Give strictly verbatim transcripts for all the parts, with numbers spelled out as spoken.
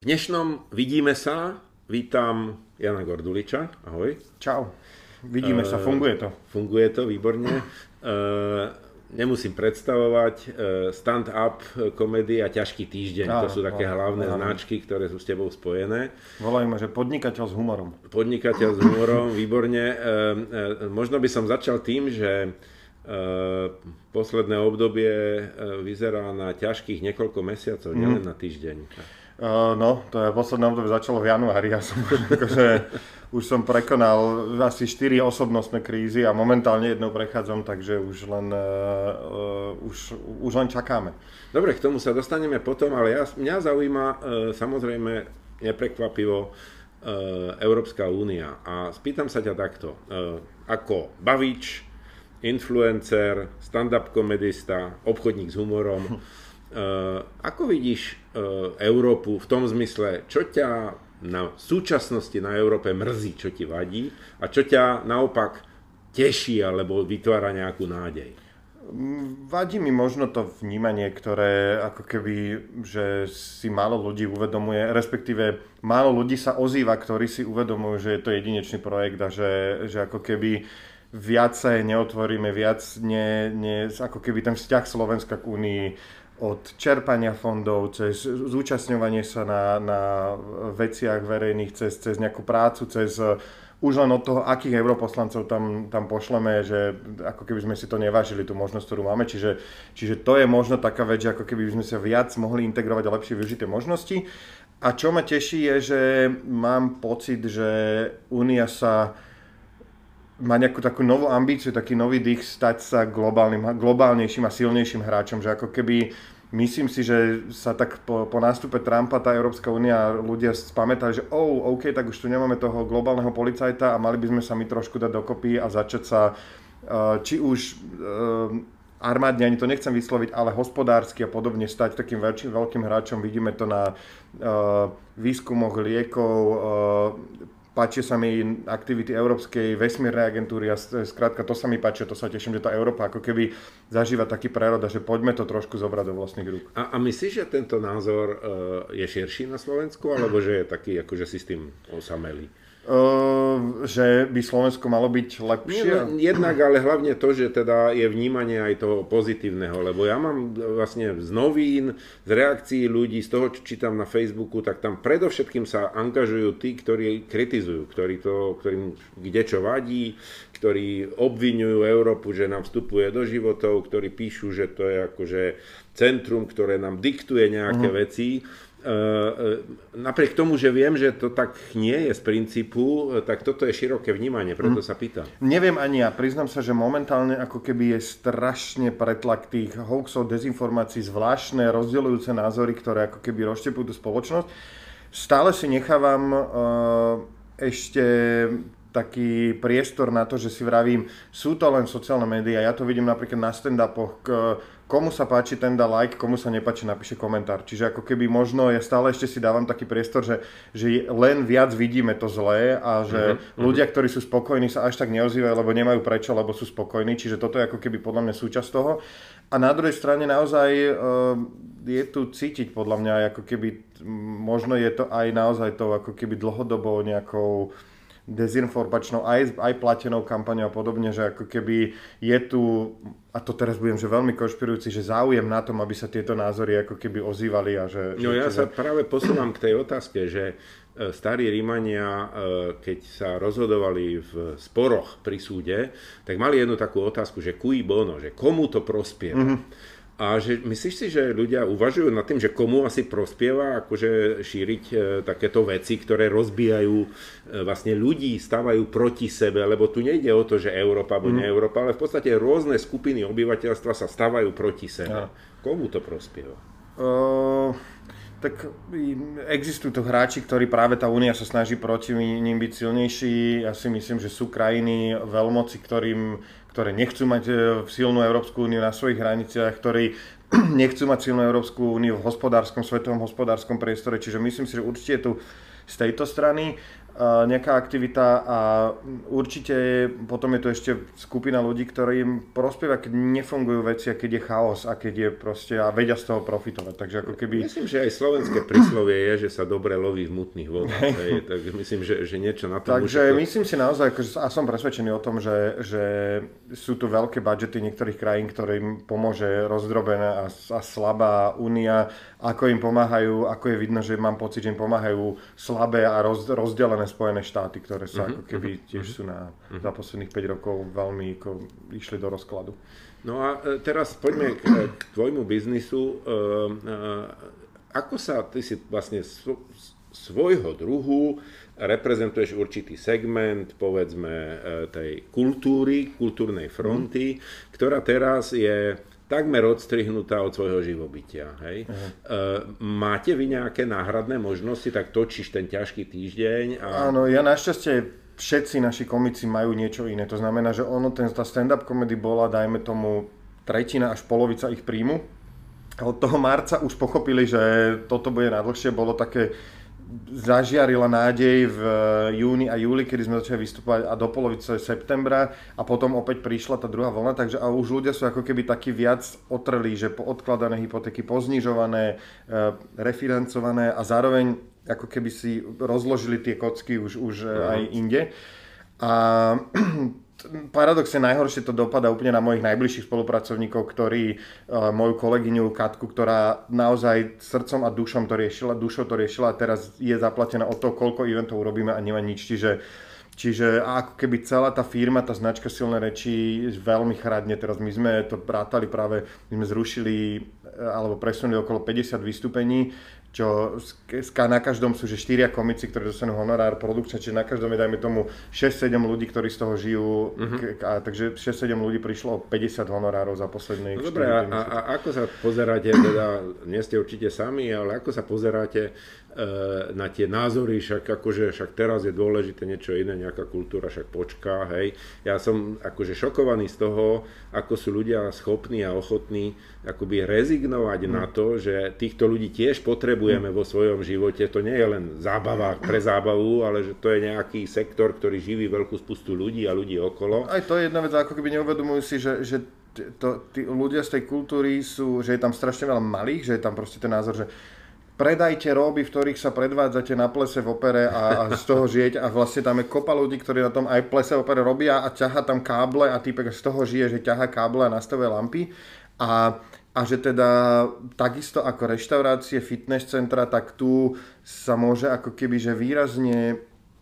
dnešnom Vidíme sa vítam Jana Gorduliča. Ahoj. Čau. Vidíme uh, sa, funguje to. Funguje to, výborne. Uh, nemusím predstavovať. Uh, stand-up, komédia, ťažký týždeň. Áno, to sú také áno, hlavné áno. značky, ktoré sú s tebou spojené. Volajú ma, že podnikateľ s humorom. Podnikateľ s humorom, výborne. Uh, uh, možno by som začal tým, že Uh, posledné obdobie uh, vyzerá na ťažkých niekoľko mesiacov, mm. nielen na týždeň. Uh, no, to je posledné obdobie začalo v januári. Ja som akože, už som prekonal asi štyri osobnostné krízy a momentálne jednou prechádzam, takže už len, uh, uh, už, už len čakáme. Dobre, k tomu sa dostaneme potom, ale ja, mňa zaujíma uh, samozrejme neprekvapivo uh, Európska únia. A spýtam sa ťa takto, uh, ako bavič, influencer, stand-up komedista, obchodník s humorom. Uh, ako vidíš uh, Európu v tom zmysle, čo ťa na súčasnosti na Európe mrzí, čo ti vadí a čo ťa naopak teší alebo vytvára nejakú nádej? Vadí mi možno to vnímanie, ktoré ako keby, že si málo ľudí uvedomuje, respektíve málo ľudí sa ozýva, ktorí si uvedomujú, že je to jedinečný projekt a že, že ako keby viacej neotvoríme, viac ne, ne, ako keby ten vzťah Slovenska k Únii od čerpania fondov, cez zúčastňovanie sa na, na veciach verejných, cez, cez nejakú prácu, cez už len od toho, akých europoslancov tam, tam pošleme, že ako keby sme si to nevážili, tú možnosť, ktorú máme. Čiže, čiže to je možno taká vec, že ako keby sme sa viac mohli integrovať a lepšie využiť tie možnosti. A čo ma teší je, že mám pocit, že Únia sa má nejakú takú novú ambíciu, taký nový dých stať sa globálnym, globálnejším a silnejším hráčom, že ako keby, myslím si, že sa tak po, po nástupe Trumpa tá Európska únia ľudia spamätali, že oh, OK, tak už tu nemáme toho globálneho policajta a mali by sme sa my trošku dať dokopy a začať sa, či už armádne, ani to nechcem vysloviť, ale hospodársky a podobne stať takým veľkým, veľkým hráčom. Vidíme to na výskumoch liekov, páčia sa mi aktivity Európskej vesmírnej agentúry a skrátka to sa mi páči, to sa teším, že tá Európa ako keby zažíva taký prerod a že poďme to trošku zobrať do vlastných rúk. A, a myslíš, že tento názor uh, je širší na Slovensku, alebo že je taký, akože si s tým osamelý? Uh, že by Slovensko malo byť lepšie? Nie, no, jednak, ale hlavne to, že teda je vnímanie aj toho pozitívneho, lebo ja mám vlastne z novín, z reakcií ľudí, z toho, čo čítam na Facebooku, tak tam predovšetkým sa angažujú tí, ktorí kritizujú, ktorí to, ktorým kde čo vadí, ktorí obviňujú Európu, že nám vstupuje do životov, ktorí píšu, že to je akože centrum, ktoré nám diktuje nejaké uh-huh. veci. Uh, napriek tomu, že viem, že to tak nie je z princípu, tak toto je široké vnímanie, preto sa pýtam. Neviem ani ja, priznám sa, že momentálne ako keby je strašne pretlak tých hoaxov, dezinformácií, zvláštne rozdeľujúce názory, ktoré ako keby rozštepujú tú spoločnosť. Stále si nechávam uh, ešte taký priestor na to, že si vravím, sú to len sociálne médiá, ja to vidím napríklad na stand-upoch, komu sa páči, ten dá like, komu sa nepáči, napíše komentár. Čiže ako keby možno, ja stále ešte si dávam taký priestor, že, že len viac vidíme to zlé a že uh-huh. ľudia, ktorí sú spokojní, sa až tak neozývajú, lebo nemajú prečo, lebo sú spokojní. Čiže toto je ako keby podľa mňa súčasť toho. A na druhej strane naozaj uh, je tu cítiť podľa mňa, ako keby možno je to aj naozaj to ako keby dlhodobou nejakou dezinformačnou, aj, aj platenou kampaňou a podobne, že ako keby je tu, a to teraz budem že veľmi konšpirujúci, že záujem na tom, aby sa tieto názory ako keby ozývali a že... No že, ja že... sa práve posúvam k tej otázke, že starí Rímania, keď sa rozhodovali v sporoch pri súde, tak mali jednu takú otázku, že cui bono, že komu to prospieva. Mm-hmm. A že, myslíš si, že ľudia uvažujú nad tým, že komu asi prospieva akože šíriť e, takéto veci, ktoré rozbijajú e, vlastne ľudí, stávajú proti sebe, lebo tu nejde o to, že Európa alebo mm. nie Európa, ale v podstate rôzne skupiny obyvateľstva sa stávajú proti sebe. Ja. Komu to prospieva? Uh, tak existujú to hráči, ktorí práve tá únia sa snaží proti ním byť silnejší. Ja si myslím, že sú krajiny, veľmoci, ktorým ktoré nechcú mať silnú Európsku úniu na svojich hraniciach, ktorí nechcú mať silnú Európsku úniu v hospodárskom, svetovom hospodárskom priestore. Čiže myslím si, že určite tu z tejto strany. nejaká aktivita a určite potom je tu ešte skupina ľudí, ktorým prospieva, keď nefungujú veci a keď je chaos a keď je proste a vedia z toho profitovať. Takže ako keby... Myslím, že aj slovenské príslovie je, že sa dobre loví v mutných vodách. Tak myslím, že, že niečo na tom... Takže už... myslím si naozaj, akože, a som presvedčený o tom, že, že sú tu veľké budžety niektorých krajín, ktorým pomôže rozdrobená a, a slabá únia, ako im pomáhajú, ako je vidno, že mám pocit, že im pomáhajú slabé a roz, rozdelené Spojené štáty, ktoré sa uh-huh, ako keby uh-huh, tiež sú na, uh-huh. za posledných päť rokov veľmi ako, išli do rozkladu. No a teraz poďme k, k tvojmu biznisu. Uh, uh, ako sa, ty si vlastne svo, svojho druhu reprezentuješ určitý segment, povedzme, tej kultúry, kultúrnej fronty, uh-huh. ktorá teraz je takmer odstrihnutá od svojho živobytia. Hej? Uh-huh. E, máte vy nejaké náhradné možnosti, tak točíš ten ťažký týždeň? A... Áno, ja našťastie všetci naši komici majú niečo iné. To znamená, že ono, ten, tá stand-up comedy bola, dajme tomu, tretina až polovica ich príjmu. A od toho marca už pochopili, že toto bude nadlhšie, bolo také zažiarila nádej v júni a júli, kedy sme začali vystupovať a do polovice septembra a potom opäť prišla tá druhá vlna, takže a už ľudia sú ako keby takí viac otrelí, že po odkladané hypotéky, poznižované, refinancované a zároveň ako keby si rozložili tie kocky už, už aj inde. A paradoxne najhoršie to dopadá úplne na mojich najbližších spolupracovníkov, ktorí uh, moju kolegyňu Katku, ktorá naozaj srdcom a dušom to riešila, dušou to riešila a teraz je zaplatená od toho, koľko eventov urobíme a nemá nič. Čiže, čiže ako keby celá tá firma, tá značka Silné reči veľmi chradne. Teraz my sme to rátali práve, my sme zrušili alebo presunuli okolo päťdesiat vystúpení, čo na každom sú že štyria komici, ktorí dostanú honorár produkčne, čiže na každom je, dajme tomu, šesť sedem ľudí, ktorí z toho žijú, uh-huh. a, takže šesť sedem ľudí prišlo o päťdesiat honorárov za posledných no, štyri a, a ako sa pozeráte, teda, nie ste určite sami, ale ako sa pozeráte e, na tie názory, však akože však teraz je dôležité niečo iné, nejaká kultúra, však počká, hej. Ja som akože šokovaný z toho, ako sú ľudia schopní a ochotní akoby rezignovať hmm. na to, že týchto ľudí tiež potrebujeme hmm. vo svojom živote. To nie je len zábava pre zábavu, ale že to je nejaký sektor, ktorý živí veľkú spustu ľudí a ľudí okolo. Aj to je jedna vec, ako keby neuvedomujú si, že, že to, tí ľudia z tej kultúry sú, že je tam strašne veľa malých, že je tam proste ten názor, že predajte róby, v ktorých sa predvádzate na plese v opere a, a z toho žieť a vlastne tam je kopa ľudí, ktorí na tom aj plese v opere robia a ťaha tam káble a týpek z toho žije, že ťaha káble a nastavuje lampy. A, a že teda takisto ako reštaurácie, fitness centra, tak tu sa môže ako keby že výrazne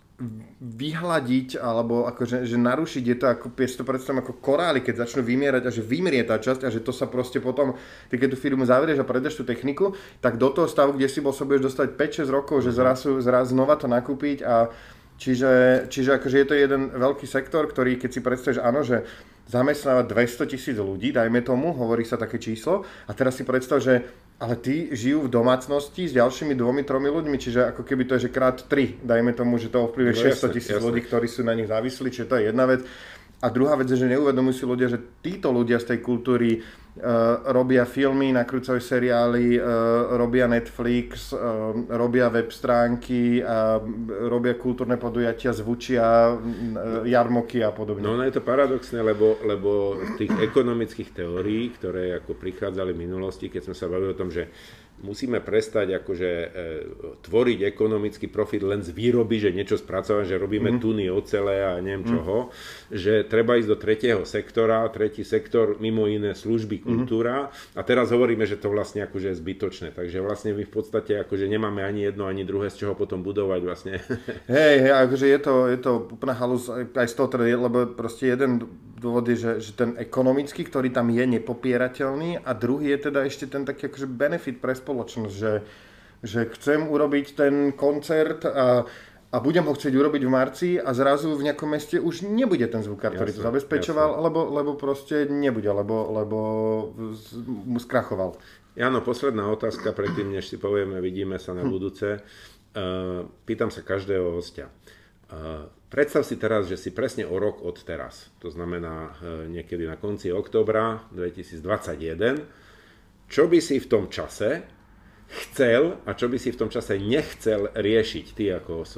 vyhľadiť alebo akože, že narušiť, je to ako, ja si to predstavím ako korály, keď začnú vymierať a že vymrie tá časť a že to sa proste potom, ty keď tú firmu zavrieš a predáš tú techniku, tak do toho stavu, kde si bol, sa budeš dostať päť šesť rokov, že zrazu, zrazu znova to nakúpiť a čiže, čiže akože je to jeden veľký sektor, ktorý keď si predstavíš, áno, že zamestnáva dvesto tisíc ľudí, dajme tomu, hovorí sa také číslo a teraz si predstav, že ale tí žijú v domácnosti s ďalšími dvomi, tromi ľuďmi, čiže ako keby to je že krát tri, dajme tomu, že to ovplyvňuje no, šesťsto tisíc ľudí, ktorí sú na nich závislí, čiže to je jedna vec. A druhá vec je, že neuvedomujú si ľudia, že títo ľudia z tej kultúry uh, robia filmy, nakrúcajú seriály, uh, robia Netflix, uh, robia web stránky, uh, robia kultúrne podujatia, zvučia, uh, jarmoky a podobne. No, no je to paradoxné, lebo, lebo tých ekonomických teórií, ktoré ako prichádzali v minulosti, keď sme sa bavili o tom, že musíme prestať akože e, tvoriť ekonomický profit len z výroby, že niečo spracovať, že robíme mm. tuny, ocele a neviem mm. čoho, že treba ísť do tretieho sektora, tretí sektor, mimo iné služby, kultúra mm. a teraz hovoríme, že to vlastne akože je zbytočné, takže vlastne my v podstate akože nemáme ani jedno, ani druhé, z čoho potom budovať vlastne. Hej, hej, akože je to, je to úplná halus aj z toho, teda, lebo proste jeden dôvod je, že, že ten ekonomický, ktorý tam je nepopierateľný a druhý je teda ešte ten taký akože benefit pre spoločnosť, že, že chcem urobiť ten koncert a, a budem ho chcieť urobiť v marci a zrazu v nejakom meste už nebude ten zvukár, jasne, ktorý to zabezpečoval, lebo, lebo proste nebude, lebo, lebo mu skrachoval. Jano, posledná otázka predtým, než si povieme, vidíme sa na budúce. Uh, pýtam sa každého hostia. Uh, predstav si teraz, že si presne o rok od teraz, to znamená uh, niekedy na konci októbra dvetisícdvadsaťjeden. Čo by si v tom čase chcel a čo by si v tom čase nechcel riešiť ty ako osoba?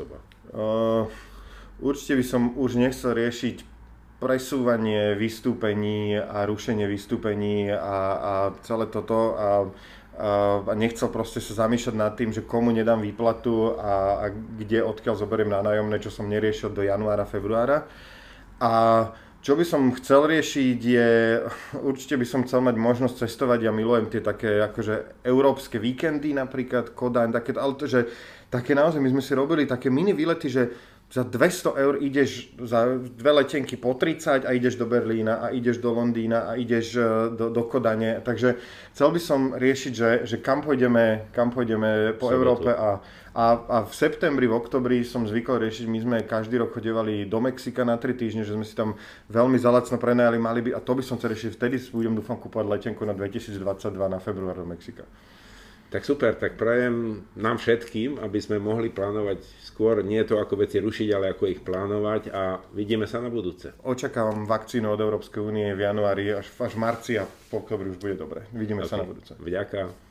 Uh, určite by som už nechcel riešiť presúvanie vystúpení a rušenie vystúpení a, a celé toto a, a nechcel proste sa zamýšľať nad tým, že komu nedám výplatu a, a kde odkiaľ zoberiem na nájomné, čo som neriešil do januára, februára. A čo by som chcel riešiť je, určite by som chcel mať možnosť cestovať, ja milujem tie také akože európske víkendy napríklad, Kodaň, také, ale to, že také naozaj, my sme si robili také mini výlety, že za dvesto eur ideš za dve letenky po tridsať a ideš do Berlína a ideš do Londýna a ideš do, do Kodane. Takže chcel by som riešiť, že, že kam pôjdeme, kam pôjdeme po Sobotu. Európe a, a, a v septembri, v oktobri som zvykol riešiť, my sme každý rok chodevali do Mexika na tri týždne, že sme si tam veľmi zalacno prenajali, mali by, a to by som chcel riešiť, vtedy budem dúfam kúpovať letenku na dvetisícdvadsaťdva na február do Mexika. Tak super, tak prajem nám všetkým, aby sme mohli plánovať skôr, nie to ako veci rušiť, ale ako ich plánovať a vidíme sa na budúce. Očakávam vakcínu od Európskej únie v januári až, až v marci a v oktobri už bude dobre. Vidíme okay. sa na budúce. Vďaka.